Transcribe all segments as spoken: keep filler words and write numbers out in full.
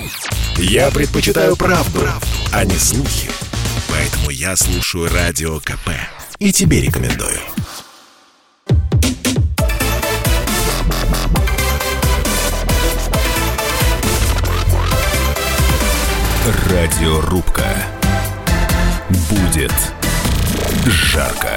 Я предпочитаю правду, правду, а не слухи. Поэтому я слушаю Радио КП. И тебе рекомендую. Радиорубка. Будет жарко.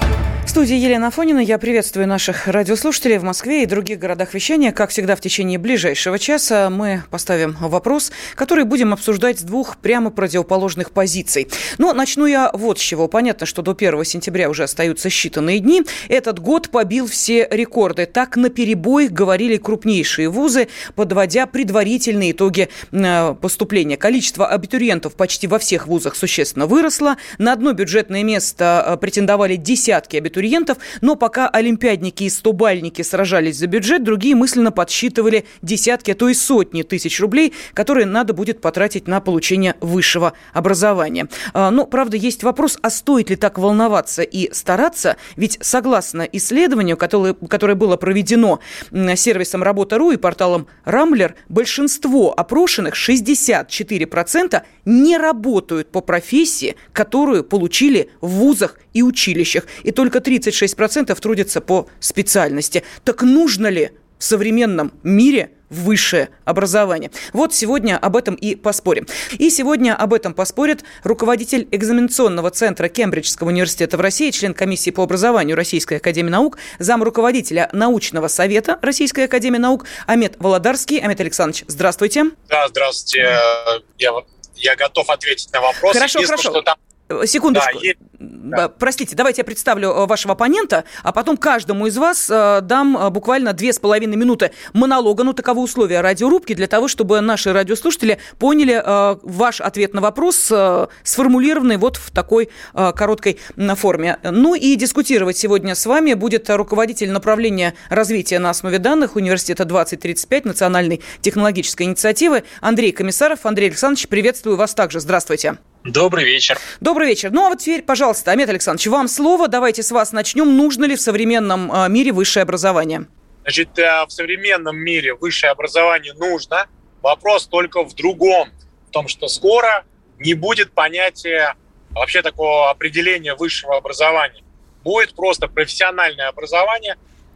В студии Елена Афонина. Я приветствую наших радиослушателей в Москве и других городах вещания. Как всегда, в течение ближайшего часа мы поставим вопрос, который будем обсуждать с двух прямо противоположных позиций. Но начну я вот с чего. Понятно, что до первого сентября уже остаются считанные дни. Этот год побил все рекорды. Так наперебой говорили крупнейшие вузы, подводя предварительные итоги поступления. Количество абитуриентов почти во всех вузах существенно выросло. На одно бюджетное место претендовали десятки абитуриентов. Но пока олимпиадники и стобальники сражались за бюджет, другие мысленно подсчитывали десятки, а то и сотни тысяч рублей, которые надо будет потратить на получение высшего образования. Но, правда, есть вопрос, а стоит ли так волноваться и стараться? Ведь согласно исследованию, которое, которое было проведено сервисом Работа.ру и порталом Рамблер, большинство опрошенных, шестьдесят четыре процента, не работают по профессии, которую получили в вузах и училищах. И только тридцать шесть процентов трудятся по специальности. Так нужно ли в современном мире высшее образование? Вот сегодня об этом и поспорим. И сегодня об этом поспорит руководитель экзаменационного центра Кембриджского университета в России, член комиссии по образованию Российской академии наук, зам руководителя научного совета Российской академии наук Амет Володарский. Амет Александрович, здравствуйте. Да, здравствуйте. Я, я готов ответить на вопрос. Хорошо, хорошо. Что там... Секундочку. Да, есть... да. Простите, давайте я представлю вашего оппонента, а потом каждому из вас дам буквально две с половиной минуты монолога. Ну, таковы условия радиорубки, для того, чтобы наши радиослушатели поняли ваш ответ на вопрос, сформулированный вот в такой короткой форме. Ну и дискутировать сегодня с вами будет руководитель направления развития на основе данных Университета двадцать тридцать пять Национальной технологической инициативы Андрей Комиссаров. Андрей Александрович, приветствую вас также. Здравствуйте. Добрый вечер. Добрый вечер. Ну, а вот теперь, пожалуйста, Амет Александрович, вам слово. Давайте с вас начнем. Нужно ли в современном мире высшее образование? Значит, в современном мире высшее образование нужно. Вопрос только в другом. В том, что скоро не будет понятия вообще такого определения высшего образования. Будет просто профессиональное образование.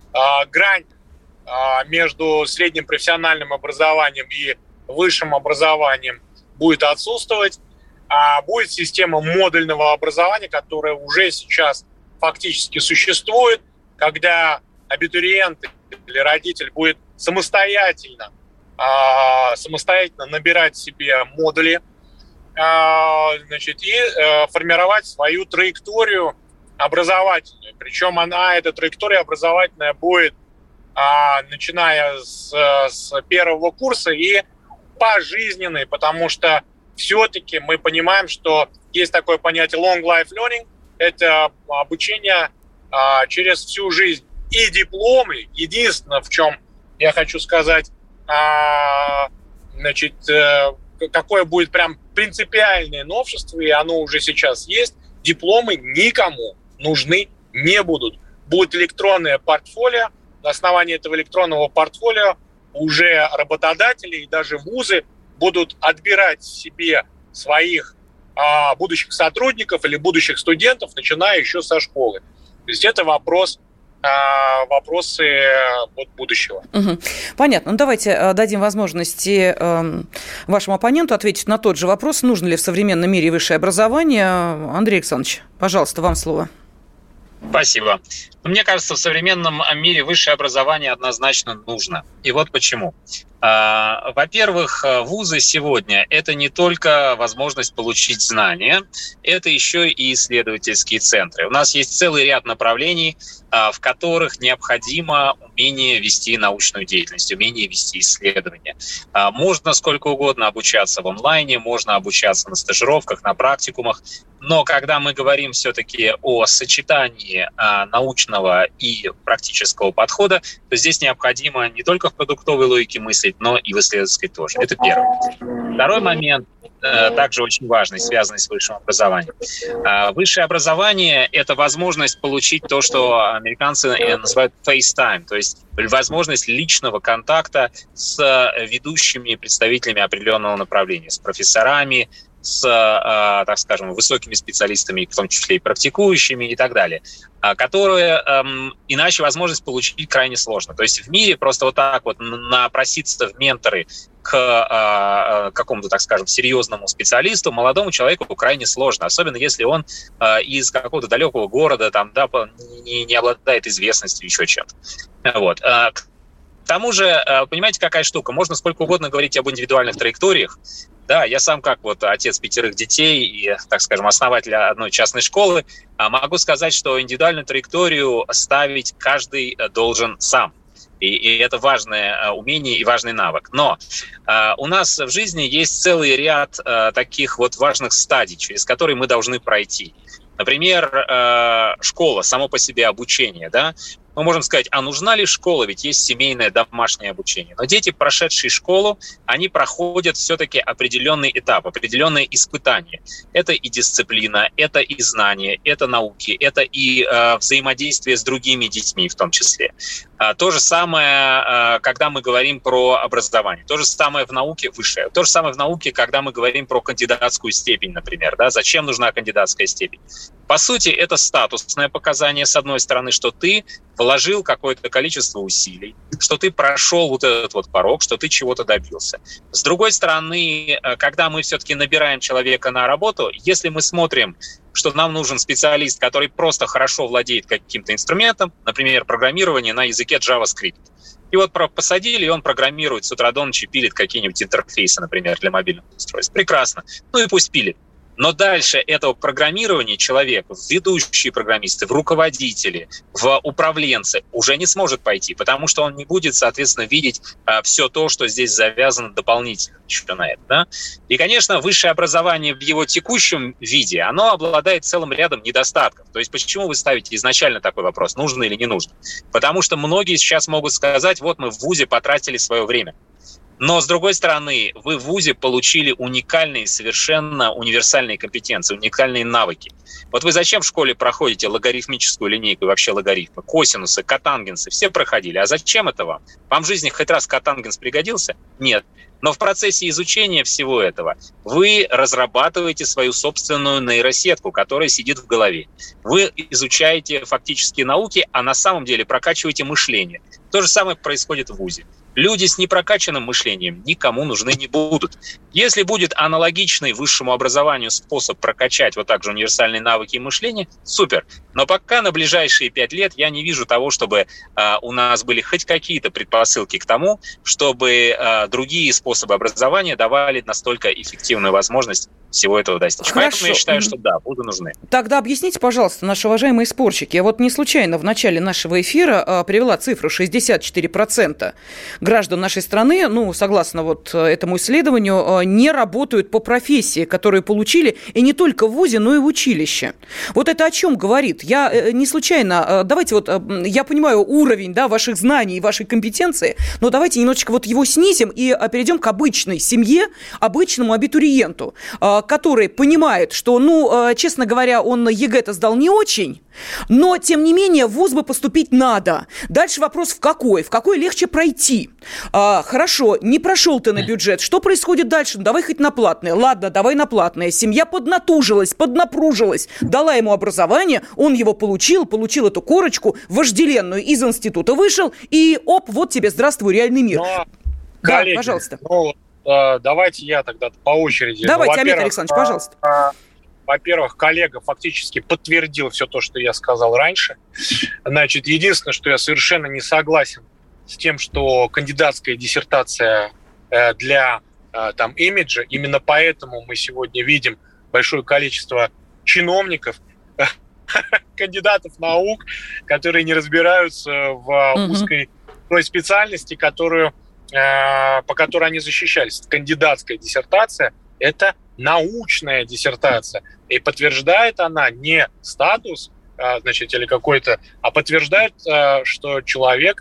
Грань между средним профессиональным образованием и высшим образованием будет отсутствовать. А будет система модульного образования, которая уже сейчас фактически существует, когда абитуриент или родитель будет самостоятельно, а, самостоятельно набирать себе модули, а, значит, и а, формировать свою траекторию образовательную. Причем она, эта траектория образовательная будет, а, начиная с, с первого курса и пожизненной, потому что все-таки мы понимаем, что есть такое понятие long life learning, это обучение а, через всю жизнь. И дипломы, единственное, в чем я хочу сказать, а, значит, э, какое будет прям принципиальное новшество, и оно уже сейчас есть, дипломы никому нужны не будут. Будет электронное портфолио, на основании этого электронного портфолио уже работодатели и даже вузы будут отбирать себе своих а, будущих сотрудников или будущих студентов, начиная еще со школы. То есть это вопрос, а, вопросы вот, будущего. Угу. Понятно. Ну, давайте дадим возможности э, вашему оппоненту ответить на тот же вопрос, нужно ли в современном мире высшее образование. Андрей Александрович, пожалуйста, вам слово. Спасибо. Мне кажется, в современном мире высшее образование однозначно нужно. И вот почему. Во-первых, вузы сегодня – это не только возможность получить знания, это еще и исследовательские центры. У нас есть целый ряд направлений, в которых необходимо умение вести научную деятельность, умение вести исследования. Можно сколько угодно обучаться в онлайне, можно обучаться на стажировках, на практикумах, но когда мы говорим все-таки о сочетании научного и практического подхода, то здесь необходимо не только в продуктовой логике мыслить, но и в исследовательской тоже. Это первое. Второй момент. также очень важный, связанный с высшим образованием. Высшее образование – это возможность получить то, что американцы называют face time, то есть возможность личного контакта с ведущими представителями определенного направления, с профессорами, с, так скажем, высокими специалистами, в том числе и практикующими и так далее, которые иначе возможность получить крайне сложно. То есть в мире просто вот так вот напроситься в менторы к какому-то, так скажем, серьезному специалисту, молодому человеку крайне сложно, особенно если он из какого-то далекого города, там, да, не, не обладает известностью, еще чем-то. Вот. К тому же, понимаете, какая штука? Можно сколько угодно говорить об индивидуальных траекториях. Да, я сам как вот отец пятерых детей и, так скажем, основатель одной частной школы, могу сказать, что индивидуальную траекторию ставить каждый должен сам. И, и это важное умение и важный навык. Но э, у нас в жизни есть целый ряд э, таких вот важных стадий, через которые мы должны пройти. Например, э, школа, само по себе обучение, да. Мы можем сказать, а нужна ли школа, ведь есть семейное домашнее обучение. Но дети, прошедшие школу, они проходят все-таки определенный этап, определенные испытания. Это и дисциплина, это и знания, это науки, это и э, взаимодействие с другими детьми в том числе. А, то же самое, э, когда мы говорим про образование. То же самое в науке высшее. То же самое в науке, когда мы говорим про кандидатскую степень, например. Да? Зачем нужна кандидатская степень? По сути, это статусное показание, с одной стороны, что ты вложил какое-то количество усилий, что ты прошел вот этот вот порог, что ты чего-то добился. С другой стороны, когда мы все-таки набираем человека на работу, если мы смотрим, что нам нужен специалист, который просто хорошо владеет каким-то инструментом, например, программирование на языке JavaScript, и вот посадили, и он программирует с утра до ночи, пилит какие-нибудь интерфейсы, например, для мобильных устройств. Прекрасно. Ну и пусть пилит. Но дальше этого программирования человек, в ведущие программисты, в руководители, в управленцы уже не сможет пойти, потому что он не будет, соответственно, видеть а, все то, что здесь завязано дополнительно еще на это. Да? И, конечно, высшее образование в его текущем виде, оно обладает целым рядом недостатков. То есть почему вы ставите изначально такой вопрос, нужно или не нужно? Потому что многие сейчас могут сказать, вот мы в вузе потратили свое время. Но, с другой стороны, вы в вузе получили уникальные, совершенно универсальные компетенции, уникальные навыки. Вот вы зачем в школе проходите логарифмическую линейку и вообще логарифмы? Косинусы, котангенсы, все проходили. А зачем это вам? Вам в жизни хоть раз котангенс пригодился? Нет. Но в процессе изучения всего этого вы разрабатываете свою собственную нейросетку, которая сидит в голове. Вы изучаете фактически науки, а на самом деле прокачиваете мышление. То же самое происходит в вузе. Люди с непрокачанным мышлением никому нужны не будут. Если будет аналогичный высшему образованию способ прокачать вот так же универсальные навыки и мышление, супер. Но пока на ближайшие пять лет я не вижу того, чтобы э, у нас были хоть какие-то предпосылки к тому, чтобы э, другие способы образования давали настолько эффективную возможность всего этого достичь. Хорошо. Поэтому я считаю, что да, будут нужны. Тогда объясните, пожалуйста, наши уважаемые спорщики. Я вот не случайно в начале нашего эфира э, привела цифру шестьдесят четыре процента граждан нашей страны, ну, согласно вот этому исследованию, э, не работают по профессии, которую получили и не только в вузе, но и в училище. Вот это о чем говорит? Я э, не случайно, э, давайте вот, э, я понимаю уровень, да, ваших знаний и вашей компетенции, но давайте немножечко вот его снизим и э, перейдем к обычной семье, обычному абитуриенту, э, который понимает, что, ну, честно говоря, он ЕГЭ-то сдал не очень, но, тем не менее, в вуз бы поступить надо. Дальше вопрос в какой? В какой легче пройти? А, хорошо, не прошел ты на бюджет. Что происходит дальше? Ну, давай хоть на платное. Ладно, давай на платное. Семья поднатужилась, поднапружилась, дала ему образование, он его получил, получил эту корочку вожделенную, из института вышел, и оп, вот тебе, здравствуй, реальный мир. Но, да, коллеги, пожалуйста. Ну, э, давайте я тогда по очереди. Давайте, ну, Амит Александрович, пожалуйста. Э, Во-первых, коллега фактически подтвердил все то, что я сказал раньше. Значит, единственное, что я совершенно не согласен с тем, что кандидатская диссертация для там, имиджа, именно поэтому мы сегодня видим большое количество чиновников, кандидатов наук, которые не разбираются в узкой той специальности, которую, по которой они защищались. Кандидатская диссертация – это научная диссертация. И подтверждает она не статус, значит, или какой-то, а подтверждает, что человек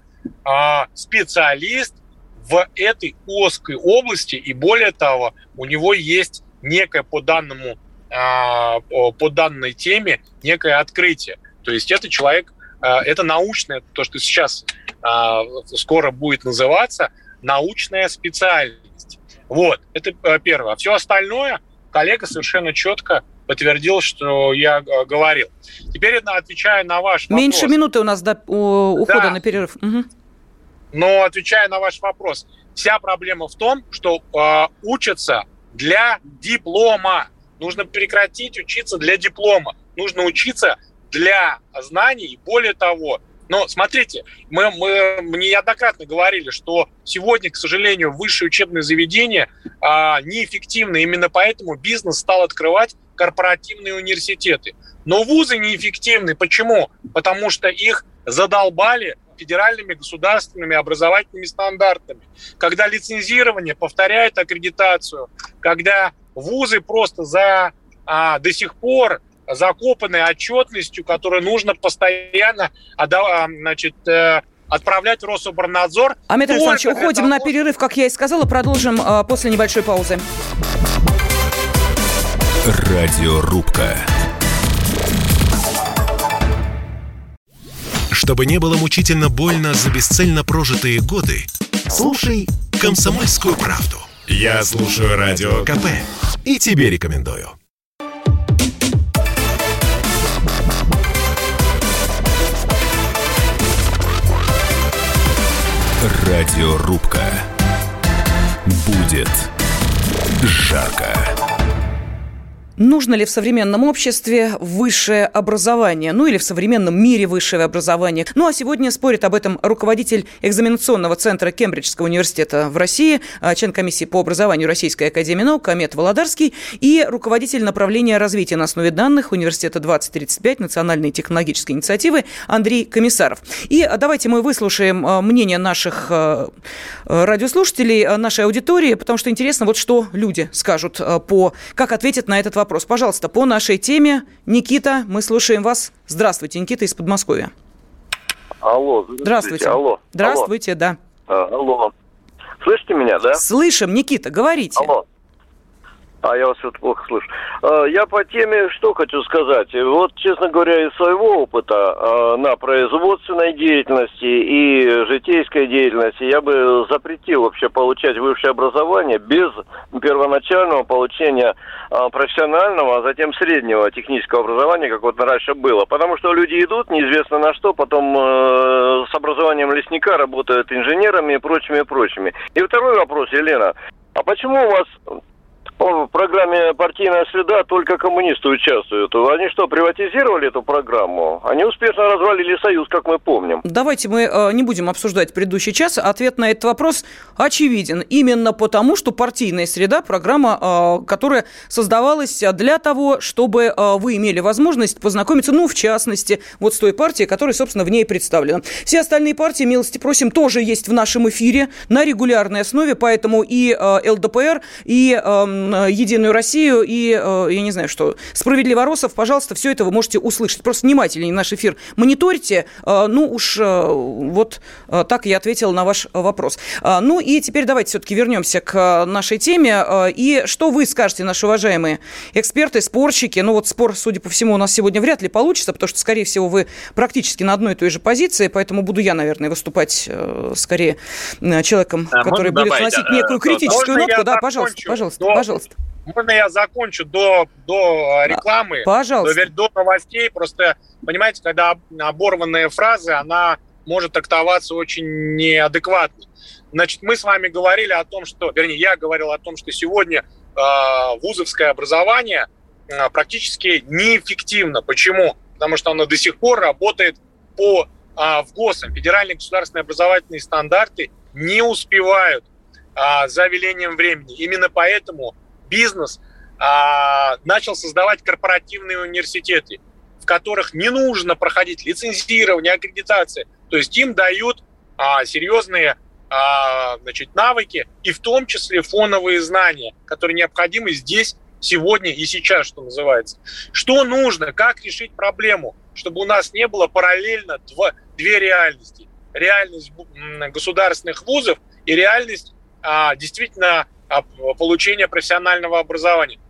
специалист в этой узкой области, и более того, у него есть некое по данному, по данной теме некое открытие. То есть это человек, это научное, то, что сейчас скоро будет называться, научная специальность. Вот, это первое. А все остальное коллега совершенно четко подтвердил, что я говорил. Теперь отвечаю на ваш вопрос. Меньше минуты у нас до ухода да. на перерыв. Угу. Но отвечая на ваш вопрос, вся проблема в том, что э, учатся для диплома. Нужно прекратить учиться для диплома. Нужно учиться для знаний. И более того, но смотрите, мы, мы, мы неоднократно говорили, что сегодня, к сожалению, высшие учебные заведения а, неэффективны. Именно поэтому бизнес стал открывать корпоративные университеты. Но вузы неэффективны. Почему? Потому что их задолбали федеральными государственными образовательными стандартами. Когда лицензирование повторяет аккредитацию, когда вузы просто за, а, до сих пор закопанной отчетностью, которую нужно постоянно значит, отправлять в Рособорнадзор. Амед Александрович, уходим на перерыв, как я и сказала. Продолжим после небольшой паузы. Радиорубка. Чтобы не было мучительно больно за бесцельно прожитые годы, слушай «Комсомольскую правду». Я слушаю Радио КП и тебе рекомендую. Радиорубка. Будет жарко. Нужно ли в современном обществе высшее образование? Ну или в современном мире высшее образование? Ну а сегодня спорит об этом руководитель экзаменационного центра Кембриджского университета в России, член комиссии по образованию Российской академии наук Амед Володарский и руководитель направления развития на основе данных Университета двадцать тридцать пять Национальной технологической инициативы Андрей Комиссаров. И давайте мы выслушаем мнение наших радиослушателей, нашей аудитории, потому что интересно, вот что люди скажут, по, как ответят на этот вопрос. Вопрос. Пожалуйста, по нашей теме. Никита, мы слушаем вас. Здравствуйте, Никита из Подмосковья. Алло, здравствуйте. Здравствуйте. Алло. Здравствуйте, алло. да. А, алло. Слышите меня, да? Слышим, Никита, говорите. Алло. А, я вас вот плохо слышу. Я по теме что хочу сказать. Вот, честно говоря, из своего опыта на производственной деятельности и житейской деятельности я бы запретил вообще получать высшее образование без первоначального получения профессионального, а затем среднего технического образования, как вот раньше было. Потому что люди идут неизвестно на что, потом с образованием лесника работают инженерами и прочими, и прочими. И второй вопрос, Елена. А почему у вас... В программе «Партийная среда» только коммунисты участвуют. Они что, приватизировали эту программу? Они успешно развалили Союз, как мы помним. Давайте мы э, не будем обсуждать предыдущий час. Ответ на этот вопрос очевиден. Именно потому, что «Партийная среда» – программа, э, которая создавалась для того, чтобы э, вы имели возможность познакомиться, ну, в частности, вот с той партией, которая, собственно, в ней представлена. Все остальные партии, милости просим, тоже есть в нашем эфире на регулярной основе, поэтому и э, ЛДПР, и... Э, Единую Россию и, я не знаю, что, Справедливоросов, пожалуйста, все это вы можете услышать. Просто внимательнее наш эфир мониторьте. Ну уж вот так я ответила на ваш вопрос. Ну и теперь давайте все-таки вернемся к нашей теме. И что вы скажете, наши уважаемые эксперты, спорщики? Ну вот спор, судя по всему, у нас сегодня вряд ли получится, потому что, скорее всего, вы практически на одной и той же позиции, поэтому буду я, наверное, выступать скорее человеком, а который будет добавить, вносить некую критическую нотку. Да, пожалуйста, пожалуйста, до... пожалуйста. Можно я закончу до, до рекламы, Пожалуйста. До, до новостей? Просто, понимаете, когда оборванная фраза, она может трактоваться очень неадекватно. Значит, мы с вами говорили о том, что, вернее, я говорил о том, что сегодня э, вузовское образование э, практически неэффективно. Почему? Потому что оно до сих пор работает по э, в ГОСам. Федеральные государственные образовательные стандарты не успевают э, за велением времени. Именно поэтому бизнес а, начал создавать корпоративные университеты, в которых не нужно проходить лицензирование, аккредитация. То есть им дают а, серьезные а, значит, навыки и в том числе фоновые знания, которые необходимы здесь, сегодня и сейчас, что называется. Что нужно, как решить проблему, чтобы у нас не было параллельно два, две реальности. Реальность государственных вузов и реальность а, действительно получения профессионального образования.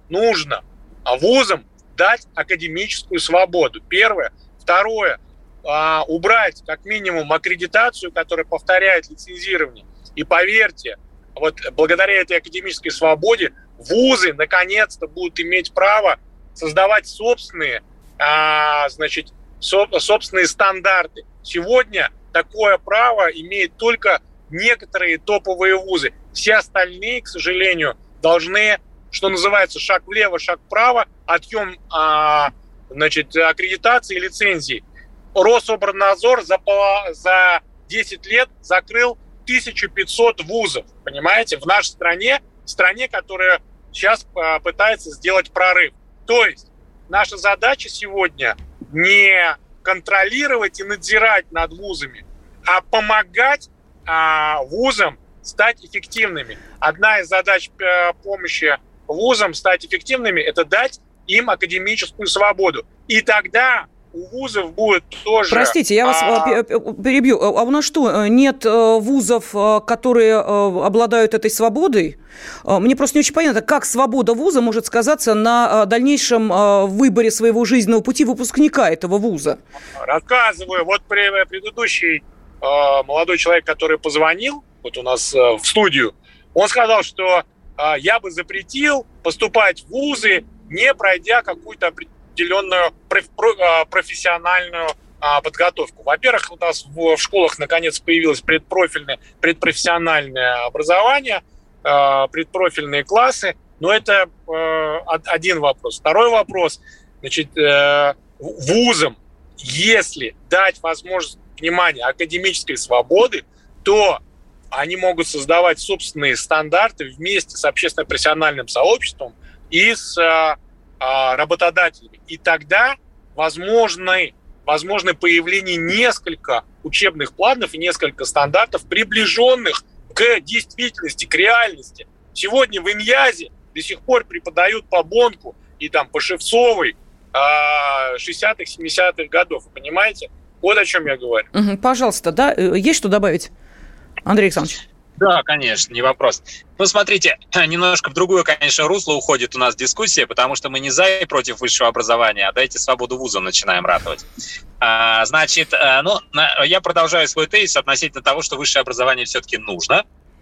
нужно вузам дать академическую свободу. Первое. Второе. Убрать как минимум аккредитацию, которая повторяет лицензирование. И поверьте, вот благодаря этой академической свободе вузы наконец-то будут иметь право создавать собственные, значит, собственные стандарты. Сегодня такое право имеют только некоторые топовые вузы. Все остальные, к сожалению, должны, что называется, шаг влево, шаг вправо, отъем а, значит, аккредитации и лицензии. Рособорнадзор за, за десять лет закрыл тысячу пятьсот вузов, понимаете, в нашей стране, стране, которая сейчас а, пытается сделать прорыв. То есть наша задача сегодня не контролировать и надзирать над вузами, а помогать а, вузам стать эффективными. Одна из задач а, помощи вузам стать эффективными – это дать им академическую свободу. И тогда у вузов будет тоже... Простите, я вас а... перебью. А у нас что, нет вузов, которые обладают этой свободой? Мне просто не очень понятно, как свобода вуза может сказаться на дальнейшем выборе своего жизненного пути выпускника этого вуза? Рассказываю. Вот предыдущий молодой человек, который позвонил вот у нас в студию, он сказал, что я бы запретил поступать в вузы, не пройдя какую-то определенную профессиональную подготовку. Во-первых, у нас в школах наконец появилось предпрофильное, предпрофессиональное образование, предпрофильные классы, но это один вопрос. Второй вопрос, значит, вузам, если дать возможность, внимание, академической свободы, то они могут создавать собственные стандарты вместе с общественно-профессиональным сообществом и с а, а, работодателями. И тогда возможно, возможно появление несколько учебных планов и несколько стандартов, приближенных к действительности, к реальности. Сегодня в Иньязе до сих пор преподают по Бонку и там, по Шевцовой а, шестидесятых, семидесятых годов. Вы понимаете? Вот о чем я говорю. Угу, пожалуйста, да, есть что добавить? Андрей Александрович. Да, конечно, не вопрос. Ну, смотрите, немножко в другое, конечно, русло уходит у нас дискуссия, потому что мы не за и против высшего образования, а дайте свободу вузам начинаем ратовать. А, значит, ну, я продолжаю свой тезис относительно того, что высшее образование все-таки нужно.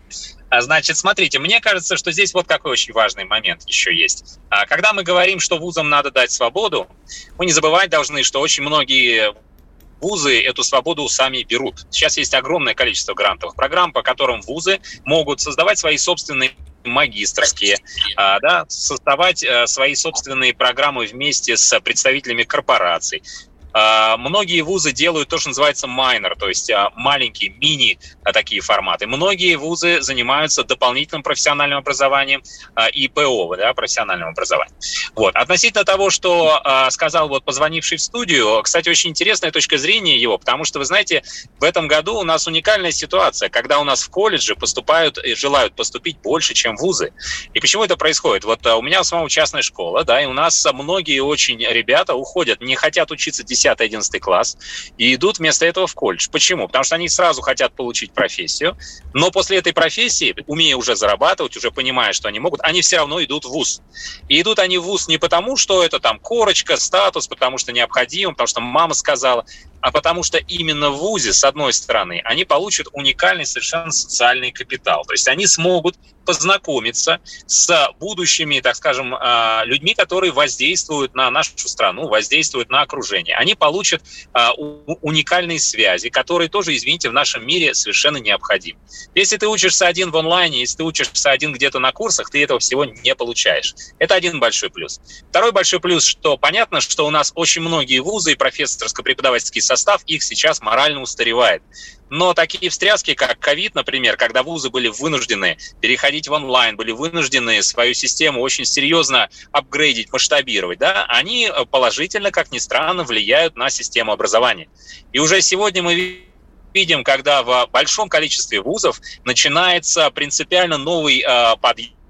А, значит, смотрите, мне кажется, что здесь вот какой очень важный момент еще есть. А, когда мы говорим, что вузам надо дать свободу, мы не забывать должны, что очень многие вузы эту свободу сами берут. Сейчас есть огромное количество грантовых программ, по которым вузы могут создавать свои собственные магистерские, а, да, создавать а, свои собственные программы вместе с представителями корпораций. А, многие вузы делают то, что называется майнер, то есть а, маленькие, мини а, такие форматы. Многие вузы занимаются дополнительным профессиональным образованием а, и ПО, да, профессиональным образованием. Вот. Относительно того, что а, сказал вот позвонивший в студию, кстати, очень интересная точка зрения его, потому что, вы знаете, в этом году у нас уникальная ситуация, когда у нас в колледжи поступают и желают поступить больше, чем вузы. И почему это происходит? Вот а, у меня самого частная школа, да, и у нас многие очень ребята уходят, не хотят учиться десятый-одиннадцатый класс и идут вместо этого в колледж. Почему? Потому что они сразу хотят получить профессию, но после этой профессии, умея уже зарабатывать, уже понимая, что они могут, они все равно идут в вуз. И идут они в вуз не потому, что это там корочка, статус, потому что необходимо, потому что мама сказала, а потому что именно в вузе, с одной стороны, они получат уникальный совершенно социальный капитал. То есть они смогут познакомиться с будущими, так скажем, людьми, которые воздействуют на нашу страну, воздействуют на окружение. Они получат уникальные связи, которые тоже, извините, в нашем мире совершенно необходимы. Если ты учишься один в онлайне, если ты учишься один где-то на курсах, ты этого всего не получаешь. Это один большой плюс. Второй большой плюс, что понятно, что у нас очень многие вузы и профессорско-преподавательский состав, их сейчас морально устаревает. Но такие встряски, как ковид, например, когда вузы были вынуждены переходить в онлайн, были вынуждены свою систему очень серьезно апгрейдить, масштабировать, да, они положительно, как ни странно, влияют на систему образования. И уже сегодня мы видим, когда в большом количестве вузов начинается принципиально новый э, подъем,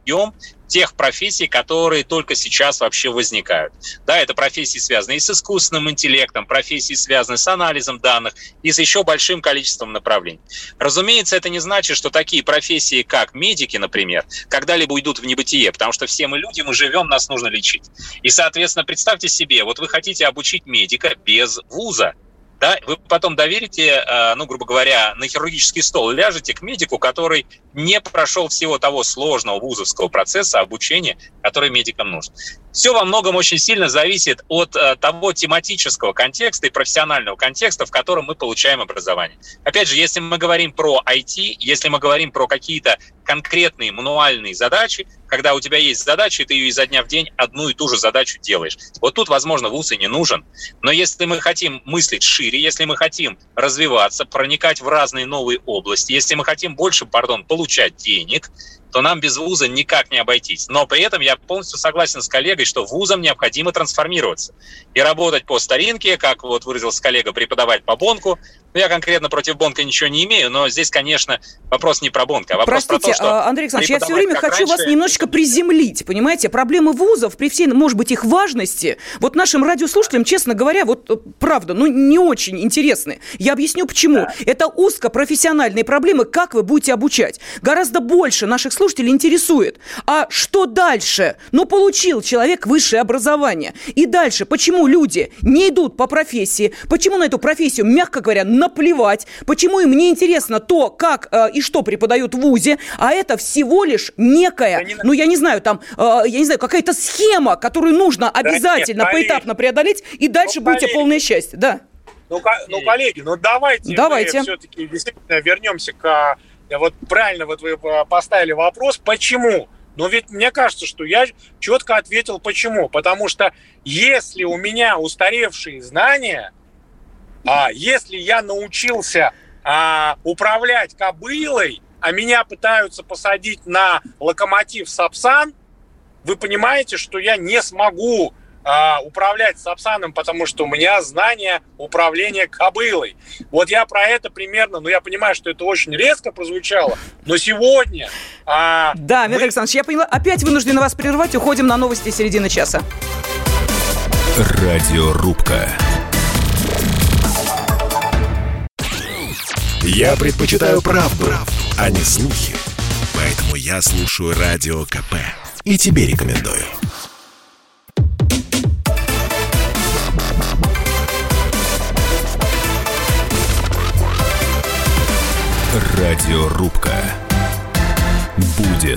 объем тех профессий, которые только сейчас вообще возникают. Да, это профессии, связанные и с искусственным интеллектом, профессии, связанные с анализом данных и с еще большим количеством направлений. Разумеется, это не значит, что такие профессии, как медики, например, когда-либо уйдут в небытие, потому что все мы люди, мы живем, нас нужно лечить. И, соответственно, представьте себе, вот вы хотите обучить медика без вуза, да, вы потом доверите, ну, грубо говоря, на хирургический стол ляжете к медику, который не прошел всего того сложного вузовского процесса обучения, который медикам нужен. Все во многом очень сильно зависит от того тематического контекста и профессионального контекста, в котором мы получаем образование. Опять же, если мы говорим про ай ти, если мы говорим про какие-то конкретные мануальные задачи, когда у тебя есть задача, и ты ее изо дня в день одну и ту же задачу делаешь. Вот тут, возможно, вуз и не нужен. Но если мы хотим мыслить шире, если мы хотим развиваться, проникать в разные новые области, если мы хотим больше, пардон, получать денег, то нам без вуза никак не обойтись. Но при этом я полностью согласен с коллегой, что вузам необходимо трансформироваться и работать по старинке, как вот выразился коллега, преподавать по Бонку. Ну, я конкретно против Бонка ничего не имею, но здесь, конечно, вопрос не про Бонка, а вопрос Простите, про то, что... Андрей Александрович, я все время хочу раньше... вас немножечко приземлить, понимаете? Проблемы вузов, при всей, может быть, их важности, вот нашим радиослушателям, честно говоря, вот правда, ну, не очень интересны. Я объясню, почему. Да. Это узкопрофессиональные проблемы, как вы будете обучать. Гораздо больше наших слушателей интересует. А что дальше? Ну, получил человек высшее образование. И дальше, почему люди не идут по профессии? Почему на эту профессию, мягко говоря, наплевать? Почему им не интересно то, как э, и что преподают в вузе? А это всего лишь некая, да не... ну, я не знаю, там, э, я не знаю, какая-то схема, которую нужно да обязательно нет, поэтапно преодолеть, и дальше ну, будете коллеги. Полное счастье. Да. Ну, ну, коллеги, ну давайте, давайте. мы все-таки действительно вернемся к... Вот правильно вот вы поставили вопрос, почему? Но ведь мне кажется, что я четко ответил, почему. Потому что если у меня устаревшие знания, а если я научился а, управлять кобылой, а меня пытаются посадить на локомотив Сапсан, вы понимаете, что я не смогу а, управлять Сапсаном, потому что у меня знания управления кобылой. Вот я про это примерно, ну я понимаю, что это очень резко прозвучало, но сегодня... А, да, Михаил мы... Александрович, я поняла, опять вынуждена вас прервать, уходим на новости середины часа. Радиорубка. Я предпочитаю правду, а не слухи. Поэтому я слушаю Радио КП. И тебе рекомендую. Радиорубка. Будет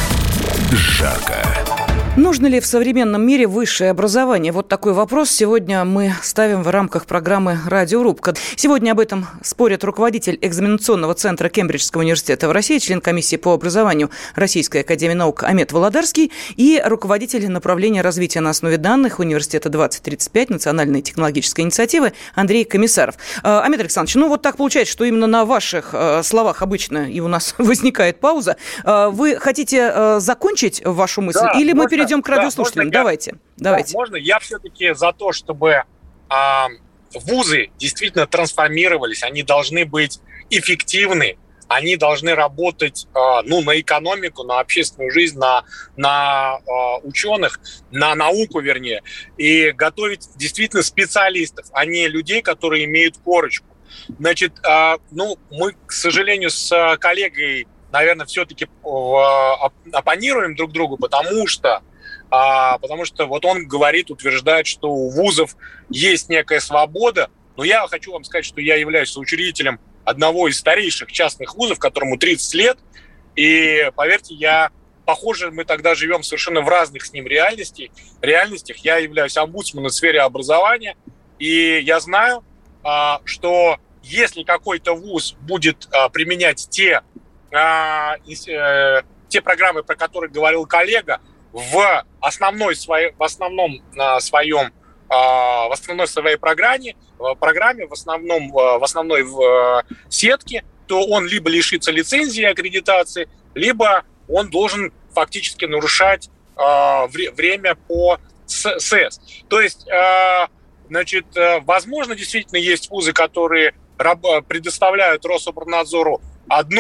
жарко. Нужно ли в современном мире высшее образование? Вот такой вопрос сегодня мы ставим в рамках программы «Радиорубка». Сегодня об этом спорят руководитель экзаменационного центра Кембриджского университета в России, член комиссии по образованию Российской академии наук Амет Володарский и руководитель направления развития на основе данных Университета двадцать тридцать пять Национальной технологической инициативы Андрей Комиссаров. Амет Александрович, ну вот так получается, что именно на ваших словах обычно и у нас возникает пауза. Вы хотите закончить вашу мысль да, или мы перейдем Перейдем к радиослушателям. Да, давайте. Да, давайте. Можно я все-таки за то, чтобы а, вузы действительно трансформировались, они должны быть эффективны, они должны работать а, ну, на экономику, на общественную жизнь, на, на а, ученых, на науку, вернее, и готовить действительно специалистов, а не людей, которые имеют корочку. Значит, а, ну, мы, к сожалению, с коллегой, наверное, все-таки оппонируем друг другу, потому что А, потому что вот он говорит, утверждает, что у вузов есть некая свобода. Но я хочу вам сказать, что я являюсь соучредителем одного из старейших частных вузов, которому тридцать лет. И, поверьте, я, похоже, мы тогда живем совершенно в разных с ним реальностях. реальностях. Я являюсь омбудсменом в сфере образования. И я знаю, а, что если какой-то вуз будет а, применять те, а, э, те программы, про которые говорил коллега, в основной своей, в основном а, своем, а, в основной своей программе, в программе, в основном, в основной в, сетке, то он либо лишится лицензии и аккредитации, либо он должен фактически нарушать а, вре, время по СЭС. То есть, а, значит, возможно, действительно есть вузы, которые раб, предоставляют Рособорнадзору одну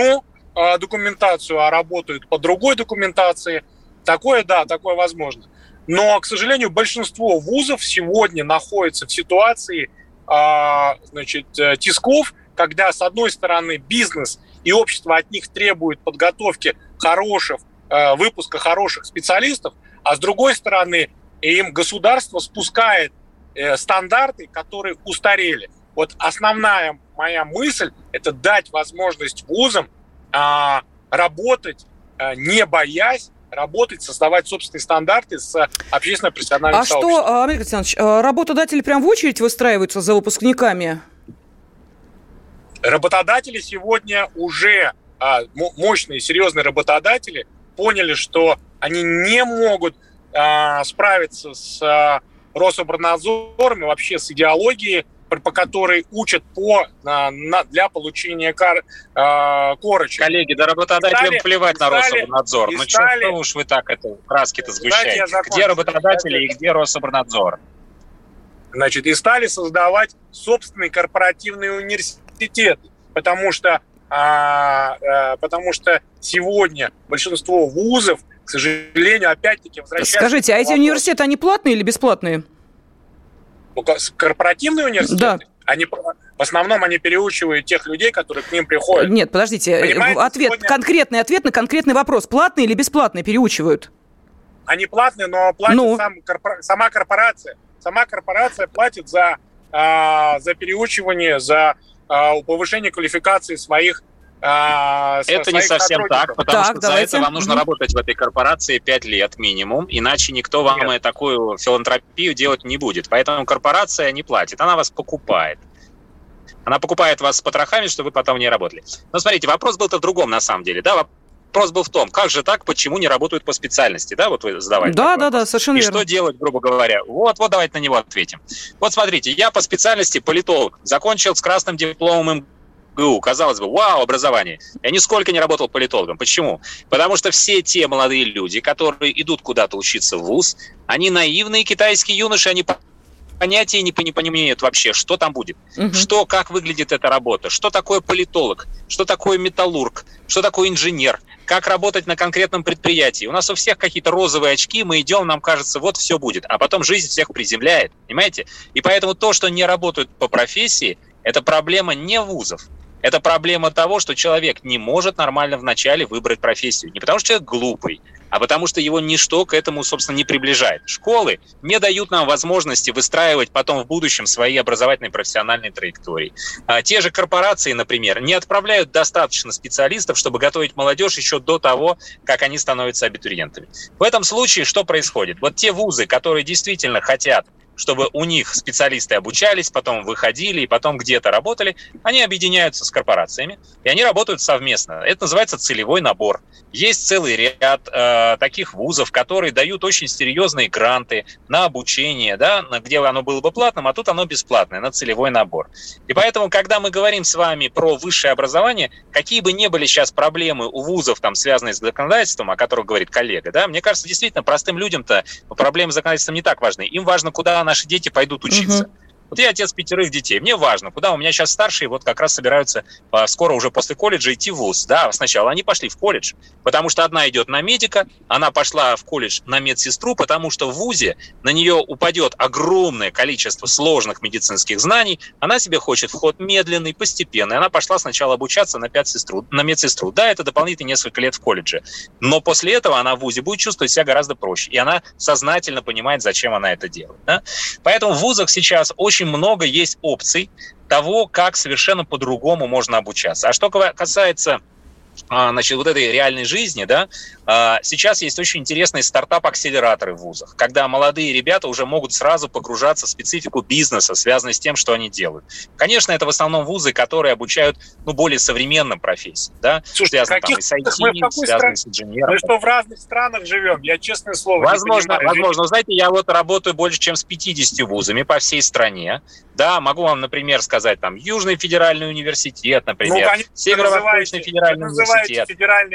э, документацию, а работают по другой документации. Такое, да, такое возможно. Но, к сожалению, большинство вузов сегодня находится в ситуации э, значит, тисков, когда, с одной стороны, бизнес и общество от них требуют подготовки хороших, э, выпуска хороших специалистов, а с другой стороны, им государство спускает э, стандарты, которые устарели. Вот основная моя мысль – это дать возможность вузам э, работать, э, не боясь, работать, создавать собственные стандарты с общественно-профессиональным а сообществом. А что, Дмитрий Александрович, работодатели прям в очередь выстраиваются за выпускниками? Работодатели сегодня уже, а, мощные, серьезные работодатели, поняли, что они не могут а, справиться с а, Рособорнадзором и вообще с идеологией, по которой учат по, на, на, для получения кар, а, корочек. Коллеги, да работодателям стали, плевать на стали, Рособорнадзор. Ну стали, что уж вы так это краски-то сгущаете? закончу, где работодатели и где Рособорнадзор? Значит, и стали создавать собственные корпоративные университеты. Потому что, а, а, потому что сегодня большинство вузов, к сожалению, опять-таки возвращаются... Скажите, а эти университеты, они платные или бесплатные? Корпоративные университеты? Да. Они, в основном они переучивают тех людей, которые к ним приходят. Нет, подождите. Понимаете, ответ, сегодня... конкретный ответ на конкретный вопрос. Платные или бесплатные переучивают? Они платные, но платит ну. сам, корпора... сама корпорация. Сама корпорация платит за, а, за переучивание, за... повышение квалификации своих а, Это не совсем так, потому так, что давайте. за это вам нужно работать в этой корпорации пять лет минимум, иначе никто вам Нет. такую филантропию делать не будет. Поэтому корпорация не платит, она вас покупает. Она покупает вас с потрохами, чтобы вы потом не работали. Но смотрите, вопрос был-то в другом на самом деле. Да? Вопрос был в том, как же так, почему не работают по специальности, да, вот вы задавали. Да, да, да, совершенно И верно. что делать, грубо говоря? Вот, вот давайте на него ответим. Вот смотрите, я по специальности политолог, закончил с красным дипломом эм гэ у, казалось бы, вау, образование. Я нисколько не работал политологом. Почему? Потому что все те молодые люди, которые идут куда-то учиться в вуз, они наивные китайские юноши, они понятия не понимают вообще, что там будет, угу. что, как выглядит эта работа, что такое политолог, что такое металлург, что такое инженер, как работать на конкретном предприятии. У нас у всех какие-то розовые очки, мы идем, нам кажется, вот все будет, а потом жизнь всех приземляет, понимаете? И поэтому то, что не работают по профессии, это проблема не вузов. Это проблема того, что человек не может нормально вначале выбрать профессию. Не потому что человек глупый, а потому что его ничто к этому, собственно, не приближает. Школы не дают нам возможности выстраивать потом в будущем свои образовательные профессиональные траектории. А те же корпорации, например, не отправляют достаточно специалистов, чтобы готовить молодежь еще до того, как они становятся абитуриентами. В этом случае что происходит? Вот те вузы, которые действительно хотят, чтобы у них специалисты обучались, потом выходили и потом где-то работали, они объединяются с корпорациями, и они работают совместно. Это называется целевой набор. Есть целый ряд э, таких вузов, которые дают очень серьезные гранты на обучение, да, где оно было бы платным, а тут оно бесплатное, на целевой набор. И поэтому, когда мы говорим с вами про высшее образование, какие бы ни были сейчас проблемы у вузов, там, связанные с законодательством, о которых говорит коллега, да, мне кажется, действительно, простым людям-то проблемы с законодательством не так важны. Им важно, куда наши дети пойдут учиться. Uh-huh. Вот я отец пятерых детей. Мне важно, куда у меня сейчас старшие вот как раз собираются а, скоро уже после колледжа идти в вуз. Да, сначала они пошли в колледж, потому что одна идет на медика, она пошла в колледж на медсестру, потому что в вузе на нее упадет огромное количество сложных медицинских знаний. Она себе хочет вход медленный, постепенный. Она пошла сначала обучаться на, медсестру, на медсестру. Да, это дополнительные несколько лет в колледже. Но после этого она в вузе будет чувствовать себя гораздо проще. И она сознательно понимает, зачем она это делает. Да? Поэтому в вузах сейчас очень много есть опций того, как совершенно по-другому можно обучаться. А что касается значит, вот этой реальной жизни, да, сейчас есть очень интересные стартап-акселераторы в вузах, когда молодые ребята уже могут сразу погружаться в специфику бизнеса, связанную с тем, что они делают. Конечно, это в основном вузы, которые обучают ну, более современным профессиям, да, связанные там, и с ай ти, связанные с инженером. Мы что, в разных странах живем? Я, честное слово, возможно, не понимаю. Возможно. Знаете, я вот работаю больше, чем с пятьюдесятью вузами по всей стране. Да, могу вам, например, сказать, там, Южный федеральный университет, например, ну, конечно, Северо-Восточный федеральный университет. Федеральный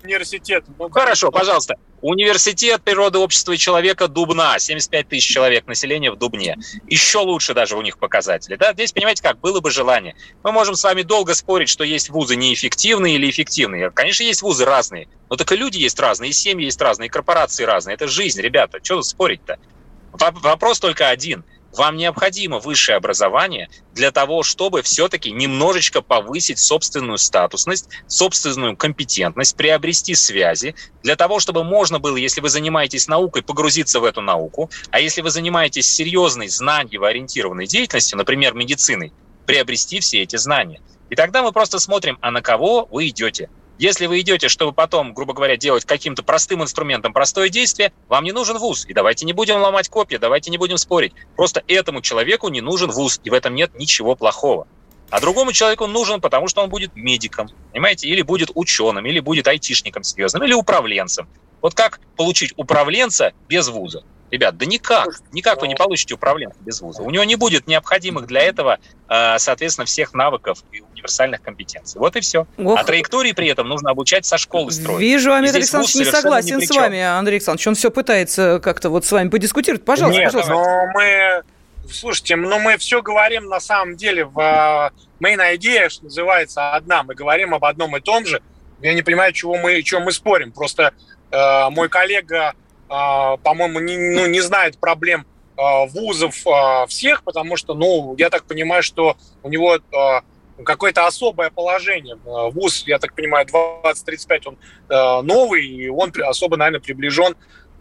университет. Ну, Хорошо, пожалуйста. Университет природы, общества и человека Дубна. семьдесят пять тысяч человек населения в Дубне. Еще лучше даже у них показатели. Да? Здесь, понимаете как, было бы желание. Мы можем с вами долго спорить, что есть вузы неэффективные или эффективные. Конечно, есть вузы разные. Но так и люди есть разные, и семьи есть разные, и корпорации разные. Это жизнь, ребята. Что тут спорить-то? Вопрос только один. Вам необходимо высшее образование для того, чтобы все-таки немножечко повысить собственную статусность, собственную компетентность, приобрести связи, для того, чтобы можно было, если вы занимаетесь наукой, погрузиться в эту науку, а если вы занимаетесь серьезной знаниево-ориентированной деятельностью, например, медициной, приобрести все эти знания. И тогда мы просто смотрим, а на кого вы идете. Если вы идете, чтобы потом, грубо говоря, делать каким-то простым инструментом простое действие, вам не нужен вуз. И давайте не будем ломать копья, давайте не будем спорить. Просто этому человеку не нужен вуз, и в этом нет ничего плохого. А другому человеку нужен, потому что он будет медиком, понимаете, или будет ученым, или будет айтишником серьезным, или управленцем. Вот как получить управленца без вуза? Ребят, да никак. Никак вы не получите управленца без вуза. У него не будет необходимых для этого, соответственно, всех навыков и универсальных компетенций. Вот и все. Ох. А траектории при этом нужно обучать со школы строить. Вижу, Амед Александрович не согласен не с вами, Андрей Александрович. Он все пытается как-то вот с вами подискутировать. Пожалуйста, Нет, пожалуйста. но мы... Слушайте, ну мы все говорим на самом деле в main idea, что называется, одна. Мы говорим об одном и том же. Я не понимаю, чего мы, чего мы спорим. Просто э, мой коллега, э, по-моему, не, ну, не знает проблем э, вузов э, всех, потому что, ну, я так понимаю, что у него э, какое-то особое положение. Вуз, я так понимаю, двадцать тридцать пять, он э, новый, и он особо, наверное, приближен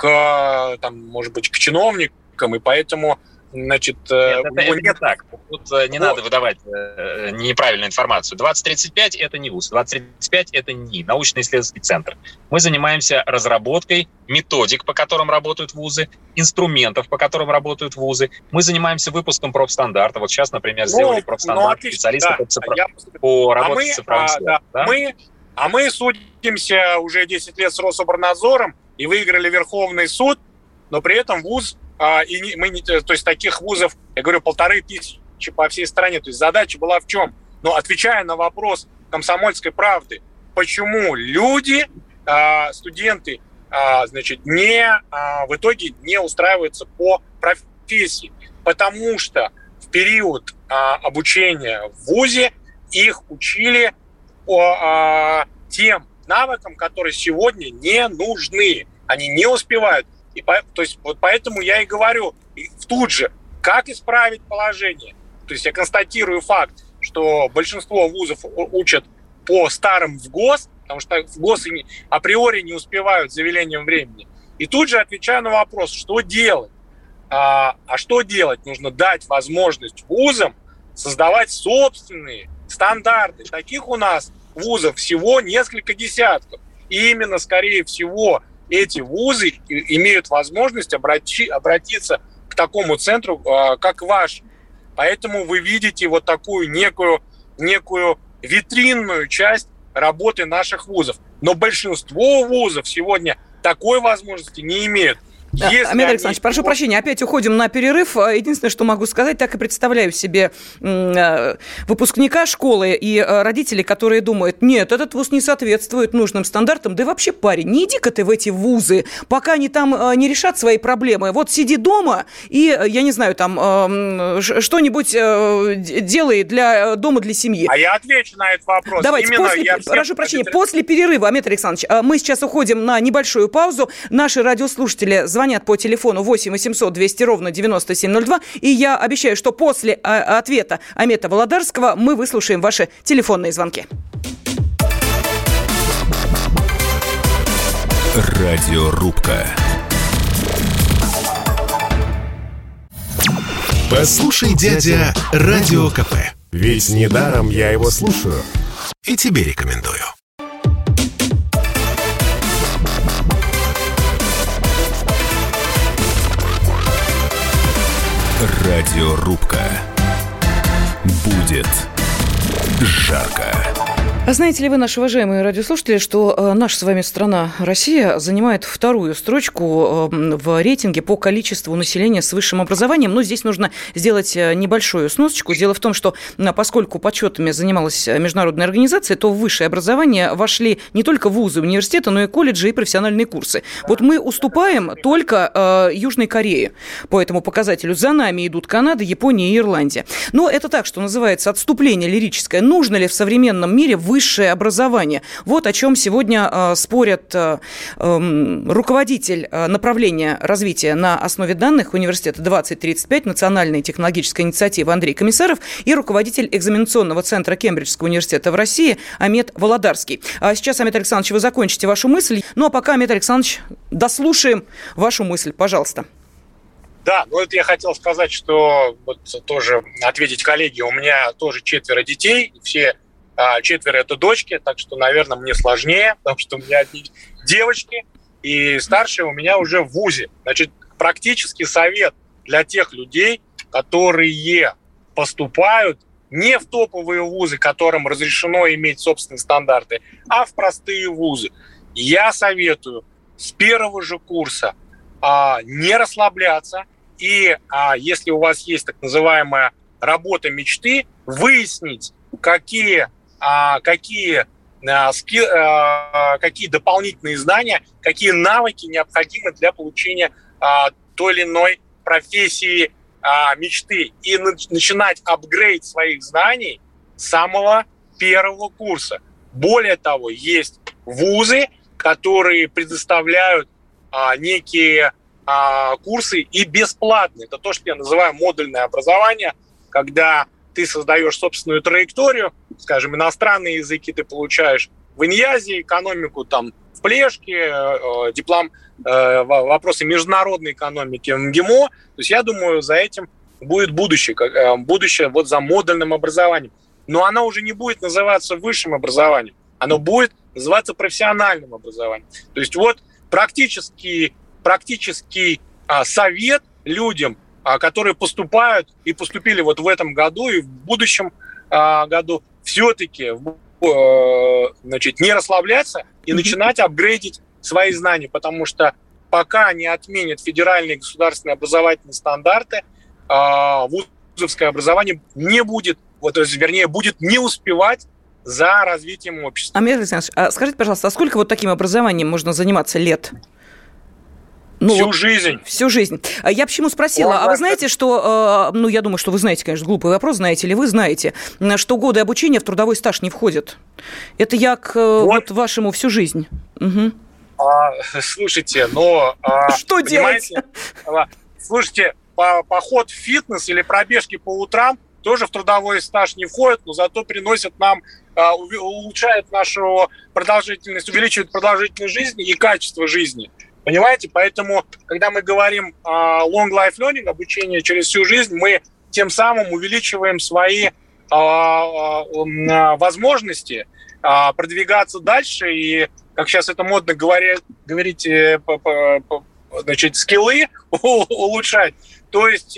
к, там, может быть, к чиновникам, и поэтому... Значит, нет, это, это нет... не так. Тут не вот. Надо выдавать э, неправильную информацию. двадцать тридцать пять – это не вуз, двадцать тридцать пять – это НИИ, научно-исследовательский центр. Мы занимаемся разработкой методик, по которым работают вузы, инструментов, по которым работают вузы. Мы занимаемся выпуском профстандарта. Вот сейчас, например, сделали ну, профстандарт ну, специалистов да. по, цифро... я... по работе а мы, с цифровым а, да. Да? Мы, а мы судимся уже десять лет с Рособорнадзором и выиграли Верховный суд, но при этом вуз... И не, мы не, то есть таких вузов, я говорю, полторы тысячи по всей стране. То есть задача была в чем? Но отвечая на вопрос «Комсомольской правды», почему люди, студенты, значит, не, в итоге не устраиваются по профессии? Потому что в период обучения в вузе их учили по тем навыкам, которые сегодня не нужны. Они не успевают. И по, то есть вот поэтому я и говорю тут же, как исправить положение. То есть я констатирую факт, что большинство вузов учат по старым в ГОС, потому что в ГОС априори не успевают за велением времени. И тут же отвечаю на вопрос, что делать. А, а что делать? Нужно дать возможность вузам создавать собственные стандарты. Таких у нас вузов всего несколько десятков. И именно, скорее всего, эти вузы имеют возможность обрати, обратиться к такому центру, как ваш. Поэтому вы видите вот такую некую, некую витринную часть работы наших вузов. Но большинство вузов сегодня такой возможности не имеют. Амед Александрович, они... прошу прощения, опять уходим на перерыв. Единственное, что могу сказать, так и представляю себе выпускника школы и родителей, которые думают, нет, этот вуз не соответствует нужным стандартам. Да и вообще, парень, не иди-ка ты в эти вузы, пока они там не решат свои проблемы. Вот сиди дома и, я не знаю, там что-нибудь делай для дома, для семьи. А я отвечу на этот вопрос. Давайте, после, я прошу прощения, после перерыва, Амед Александрович, мы сейчас уходим на небольшую паузу. Наши радиослушатели звонят Звонят по телефону восемь восемьсот двести ровно девяносто семь ноль два. И я обещаю, что после а, ответа Амета Володарского мы выслушаем ваши телефонные звонки. Радиорубка. Послушай, дядя, Радио КП. Ведь недаром я его слушаю. И тебе рекомендую. Радиорубка. Будет жарко. А знаете ли вы, наши уважаемые радиослушатели, что э, наша с вами страна, Россия, занимает вторую строчку э, в рейтинге по количеству населения с высшим образованием? Но здесь нужно сделать небольшую сносочку. Дело в том, что э, поскольку подсчетами занималась международная организация, то в высшее образование вошли не только вузы, университеты, но и колледжи и профессиональные курсы. Вот мы уступаем только э, Южной Корее по этому показателю. За нами идут Канада, Япония и Ирландия. Но это так, что называется отступление лирическое. Нужно ли в современном мире высшее образование? Вот о чем сегодня э, спорят э, э, руководитель э, направления развития на основе данных университета двадцать тридцать пять национальной технологической инициативы Андрей Комиссаров и руководитель экзаменационного центра Кембриджского университета в России Амет Володарский. А сейчас, Амет Александрович, вы закончите вашу мысль. Ну, а пока, Амет Александрович, дослушаем вашу мысль. Пожалуйста. Да, ну это я хотел сказать, что вот тоже ответить коллеге, у меня тоже четверо детей, все а, четверо это дочки, так что, наверное, мне сложнее, потому что у меня одни девочки, и старшие у меня уже в вузе. Значит, практически совет для тех людей, которые поступают не в топовые вузы, которым разрешено иметь собственные стандарты, а в простые вузы. Я советую с первого же курса а, не расслабляться, и а, если у вас есть так называемая работа мечты, выяснить, какие, а, какие, а, ски, а, какие дополнительные знания, какие навыки необходимы для получения а, той или иной профессии а, мечты. И на, начинать апгрейд своих знаний с самого первого курса. Более того, есть вузы, которые предоставляют а, некие а, курсы и бесплатные. Это то, что я называю модульное образование, когда ты создаешь собственную траекторию, скажем, иностранные языки ты получаешь в Иньязе, экономику там в Плешке, э, диплом, э, вопросы международной экономики в МГИМО. То есть я думаю, за этим будет будущее, э, будущее вот за модульным образованием. Но оно уже не будет называться высшим образованием, оно будет называться профессиональным образованием. То есть вот практический, практический а, совет людям, а, которые поступают и поступили вот в этом году и в будущем а, году, все-таки а, значит, не расслабляться и mm-hmm. начинать апгрейдить свои знания, потому что пока не отменят федеральные государственные образовательные стандарты, а, вузовское образование не будет, вот, вернее, будет не успевать за развитием общества. Амет Александрович, а скажите, пожалуйста, а сколько вот таким образованием можно заниматься лет? Ну, всю вот, жизнь. Всю жизнь. Я почему спросила? А вы знаете, что, ну, я думаю, что вы знаете, конечно, глупый вопрос, знаете ли вы, знаете, что годы обучения в трудовой стаж не входят. Это я к вот, вот вашему всю жизнь. Угу. А, слушайте, но... А, что делать? Слушайте, по, поход в фитнес или пробежки по утрам тоже в трудовой стаж не входит, но зато приносят нам, а, улучшает нашу продолжительность, увеличивает продолжительность жизни и качество жизни. Понимаете? Поэтому, когда мы говорим о long life learning, обучение через всю жизнь, мы тем самым увеличиваем свои а, а, возможности а, продвигаться дальше и, как сейчас это модно говорить, говорить по, по, по, значит, скиллы улучшать. То есть...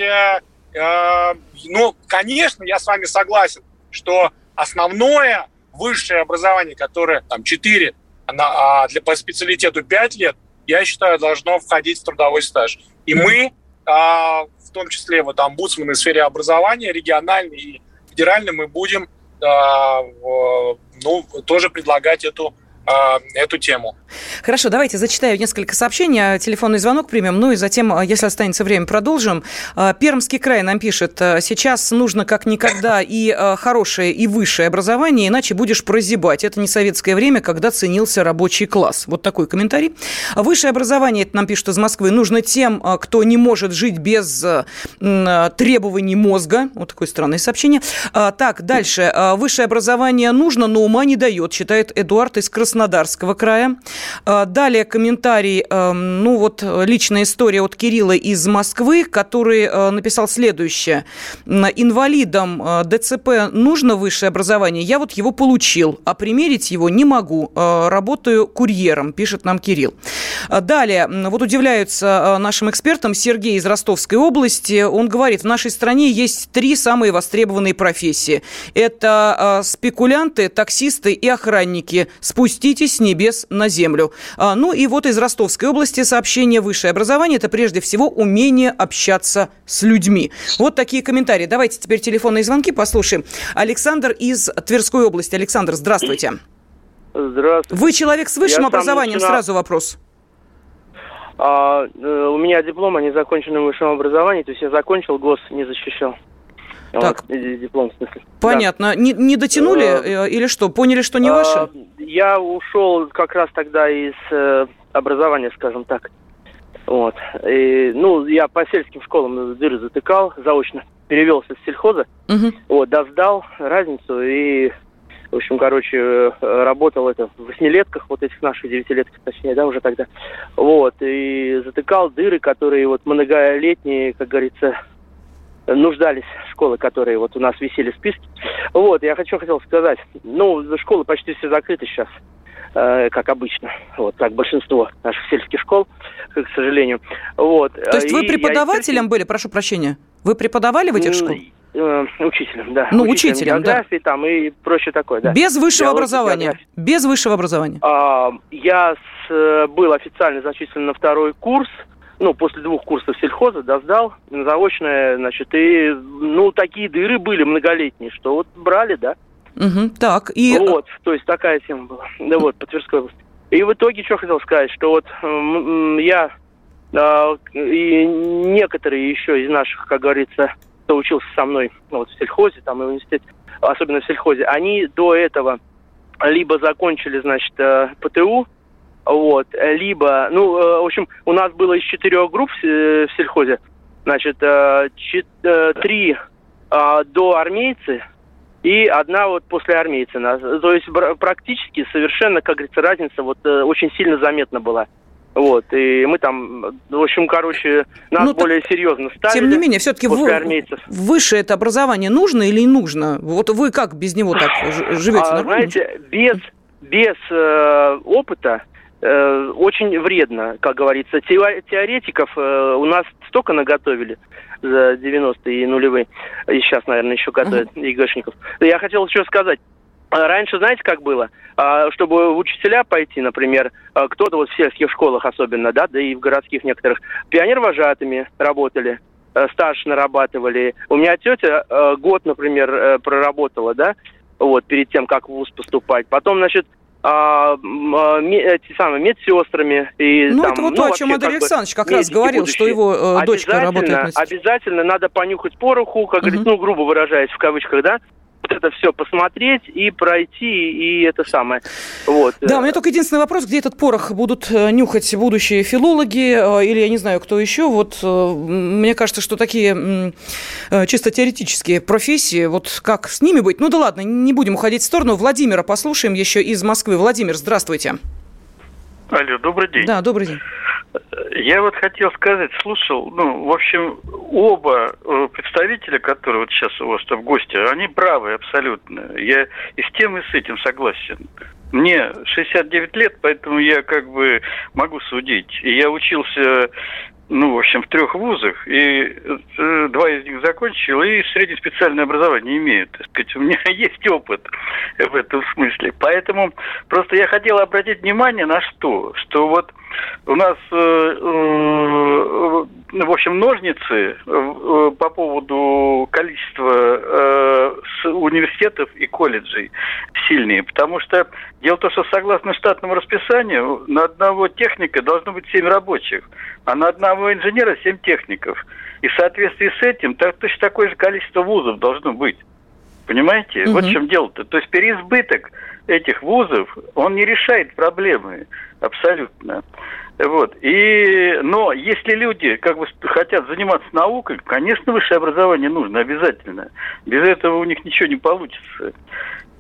Ну, конечно, я с вами согласен, что основное высшее образование, которое там четыре, а для, по специалитету пять лет, я считаю, должно входить в трудовой стаж. И мы, а, в том числе вот омбудсмены в сфере образования, региональной и федеральной, мы будем а, в, ну, тоже предлагать эту эту тему. Хорошо, давайте зачитаю несколько сообщений, телефонный звонок примем, ну и затем, если останется время, продолжим. Пермский край нам пишет: сейчас нужно как никогда и хорошее, и высшее образование, иначе будешь прозябать. Это не советское время, когда ценился рабочий класс. Вот такой комментарий. Высшее образование, это нам пишут из Москвы, нужно тем, кто не может жить без требований мозга. Вот такое странное сообщение. Так, дальше. Высшее образование нужно, но ума не дает, считает Эдуард из Краснодара. Краснодарского края. Далее комментарий, ну вот личная история от Кирилла из Москвы, который написал следующее. Инвалидам ДЦП нужно высшее образование? Я вот его получил, а примерить его не могу. Работаю курьером, пишет нам Кирилл. Далее, вот удивляются нашим экспертам Сергей из Ростовской области. Он говорит, в нашей стране есть три самые востребованные профессии. Это спекулянты, таксисты и охранники. Спуститесь с небес на землю. Ну и вот из Ростовской области сообщение: высшее образование – это прежде всего умение общаться с людьми. Вот такие комментарии. Давайте теперь телефонные звонки послушаем. Александр из Тверской области. Александр, здравствуйте. Здравствуйте. Вы человек с высшим Я образованием? начинал... Сразу вопрос. А, э, у меня диплом о незаконченном высшем образовании, то есть я закончил, гос не защищал. Так. Вот, диплом, в смысле. Понятно. Да. Не, не дотянули а, или что? Поняли, что не а, ваше? Я ушел как раз тогда из э, образования, скажем так. Вот. И, ну, я по сельским школам дыры затыкал, заочно перевелся с сельхоза, Угу. вот, досдал разницу и, в общем, короче, работал это в восьмилетках, вот этих наших девятилетках, точнее, да, уже тогда. Вот, и затыкал дыры, которые вот многолетние, как говорится, нуждались, школы, которые вот у нас висели в списке. Вот, я хочу хотел сказать, ну, школы почти все закрыты сейчас, э, как обычно, вот, как большинство наших сельских школ, к сожалению. Вот. То есть вы И преподавателем я... были, прошу прощения? Вы преподавали в этих школах? Э, учителем, да. Ну, учителем, географии, да. там и прочее такое, да. Без высшего Биология, образования? география. Без высшего образования? А, я с, был официально зачислен на второй курс, ну, после двух курсов сельхоза, да, сдал на заочное, значит, и, ну, такие дыры были многолетние, что вот брали, да. Угу, так, и... Вот, то есть такая тема была, да, вот, по Тверской области. И в итоге, что хотел сказать, что вот м- я э, и некоторые еще из наших, как говорится, кто учился со мной, ну, вот в сельхозе, там, и в университете, особенно в сельхозе, они до этого либо закончили, значит, ПТУ, вот, либо, ну, в общем, у нас было из четырех групп в сельхозе, значит, чет, три до армейцы и одна вот после армейцы. То есть практически совершенно, как говорится, разница вот очень сильно заметна была. Вот, и мы там, в общем, короче, нас ну, более серьезно ставили. Тем не менее, все-таки в, армейцев. Высшее это образование нужно или не нужно? Вот вы как без него так живете? А, знаете, без, без э, опыта э, очень вредно, как говорится. Теоретиков э, у нас столько наготовили за девяностые и нулевые, и сейчас, наверное, еще готовят uh-huh. ЕГЭшников. Я хотел еще сказать. Раньше, знаете, как было? Чтобы в учителя пойти, например, кто-то вот в сельских школах особенно, да, да и в городских некоторых, пионер-вожатыми работали, стаж нарабатывали. У меня тетя год, например, проработала, да, вот, перед тем, как в вуз поступать. Потом, значит, эти самые медсестрами. И, ну, там, это вот ну, то, о чем Андрей Александрович как раз говорил, будущее. Что его э, дочка работает медсестрой. Обязательно надо понюхать пороху, как uh-huh. говорится, ну, грубо выражаясь, в кавычках, да, это все посмотреть и пройти, и это самое. Вот. Да, у меня только единственный вопрос, где этот порох будут нюхать будущие филологи или, я не знаю, кто еще. Вот мне кажется, что такие чисто теоретические профессии, вот как с ними быть? Ну да ладно, не будем уходить в сторону. Владимира послушаем еще из Москвы. Владимир, здравствуйте. Алло, добрый день. Да, добрый день. Я вот хотел сказать, слушал, ну, в общем, оба представителя, которые вот сейчас у вас там гости, они правы абсолютно. Я и с тем, и с этим согласен. Мне шестьдесят девять лет, поэтому я как бы могу судить. И я учился, ну, в общем, в трех вузах, и два из них закончил, и среднее специальное образование имею. Так сказать, у меня есть опыт в этом смысле. Поэтому просто я хотел обратить внимание на что? Что вот у нас, э, э, в общем, ножницы э, по поводу количества э, университетов и колледжей сильнее. Потому что дело в том, что согласно штатному расписанию на одного техника должно быть семь рабочих, а на одного инженера семь техников. И в соответствии с этим так, точно такое же количество вузов должно быть. Понимаете? Угу. Вот в чем дело-то. То есть переизбыток этих вузов, он не решает проблемы абсолютно. Вот. И, но если люди как бы хотят заниматься наукой, конечно, высшее образование нужно обязательно. Без этого у них ничего не получится.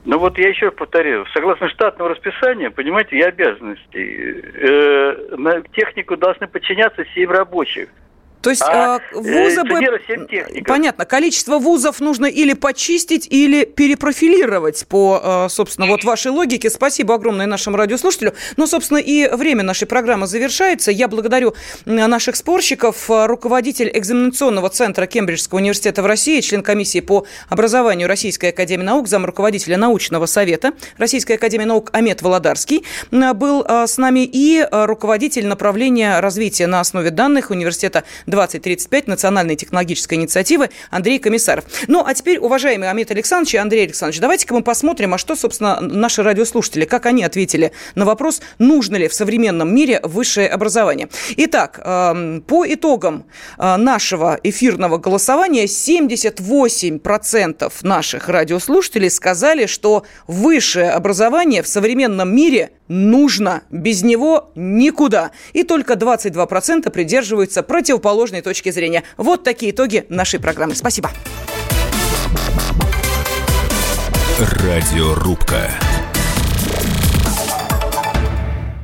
Ну вот я еще повторю, согласно штатному расписанию, понимаете, и обязанностей, э, на технику должны подчиняться семь рабочих. То есть а, э, вузы бы... Понятно, количество вузов нужно или почистить, или перепрофилировать по, собственно, вот вашей логике. Спасибо огромное нашему радиослушателю. Ну, собственно, и время нашей программы завершается. Я благодарю наших спорщиков. Руководитель экзаменационного центра Кембриджского университета в России, член комиссии по образованию Российской академии наук, замруководителя научного совета Российской академии наук Амет Володарский был с нами, и руководитель направления развития на основе данных университета двадцать тридцать пять национальной технологической инициативы Андрей Комиссаров. Ну, а теперь, уважаемый Амет Александрович и Андрей Александрович, давайте-ка мы посмотрим, а что, собственно, наши радиослушатели, как они ответили на вопрос, нужно ли в современном мире высшее образование. Итак, по итогам нашего эфирного голосования семьдесят восемь процентов наших радиослушателей сказали, что высшее образование в современном мире нужно, без него никуда. И только двадцать два процента придерживаются противоположной точки зрения. Вот такие итоги нашей программы. Спасибо. Радиорубка.